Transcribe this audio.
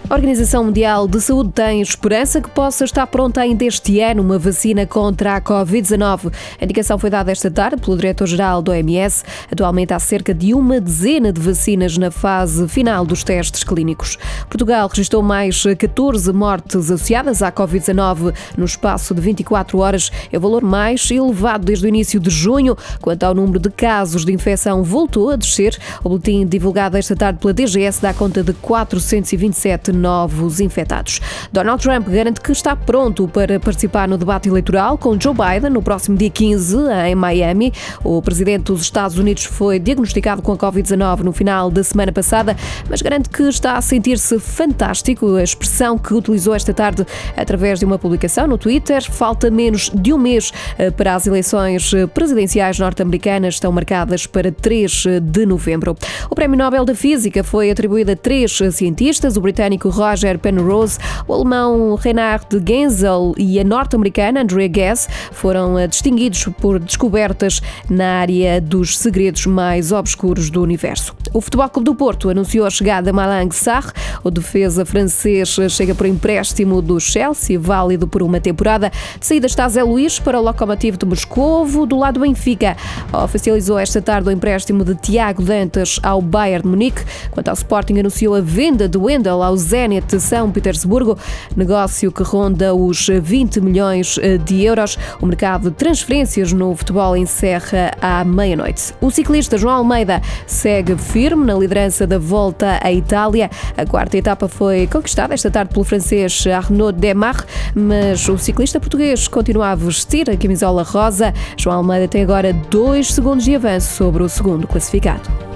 A Organização Mundial de Saúde tem esperança que possa estar pronta ainda este ano uma vacina contra a Covid-19. A indicação foi dada esta tarde pelo diretor-geral da OMS. Atualmente há cerca de uma dezena de vacinas na fase final dos testes clínicos. Portugal registrou mais 14 mortes associadas à Covid-19 no espaço de 24 horas. É o valor mais elevado desde o início de junho. Quanto ao número de casos de infecção, voltou a descer. O boletim divulgado esta tarde pela DGS dá conta de 427 novos infectados. Donald Trump garante que está pronto para participar no debate eleitoral com Joe Biden no próximo dia 15, em Miami. O presidente dos Estados Unidos foi diagnosticado com a Covid-19 no final da semana passada, mas garante que está a sentir-se fantástico, a expressão que utilizou esta tarde através de uma publicação no Twitter. Falta menos de um mês para as eleições presidenciais norte-americanas, estão marcadas para 3 de novembro. O Prémio Nobel da Física foi atribuído a 3 cientistas, o britânico Roger Penrose, o alemão Reinhard Genzel e a norte-americana Andrea Ghez foram distinguidos por descobertas na área dos segredos mais obscuros do universo. O Futebol Clube do Porto anunciou a chegada de Malang Sarr. O defesa francês chega por empréstimo do Chelsea, válido por uma temporada. De saída está Zé Luís para o Lokomotiv de Moscovo. Do lado do Benfica, oficializou esta tarde o empréstimo de Tiago Dantas ao Bayern de Munique. Quanto ao Sporting, anunciou a venda de Wendel ao Zenit de São Petersburgo, negócio que ronda os 20 milhões de euros. O mercado de transferências no futebol encerra à meia-noite. O ciclista João Almeida segue firme na liderança da Volta à Itália. A quarta etapa foi conquistada esta tarde pelo francês Arnaud Démare, mas o ciclista português continua a vestir a camisola rosa. João Almeida tem agora 2 segundos de avanço sobre o segundo classificado.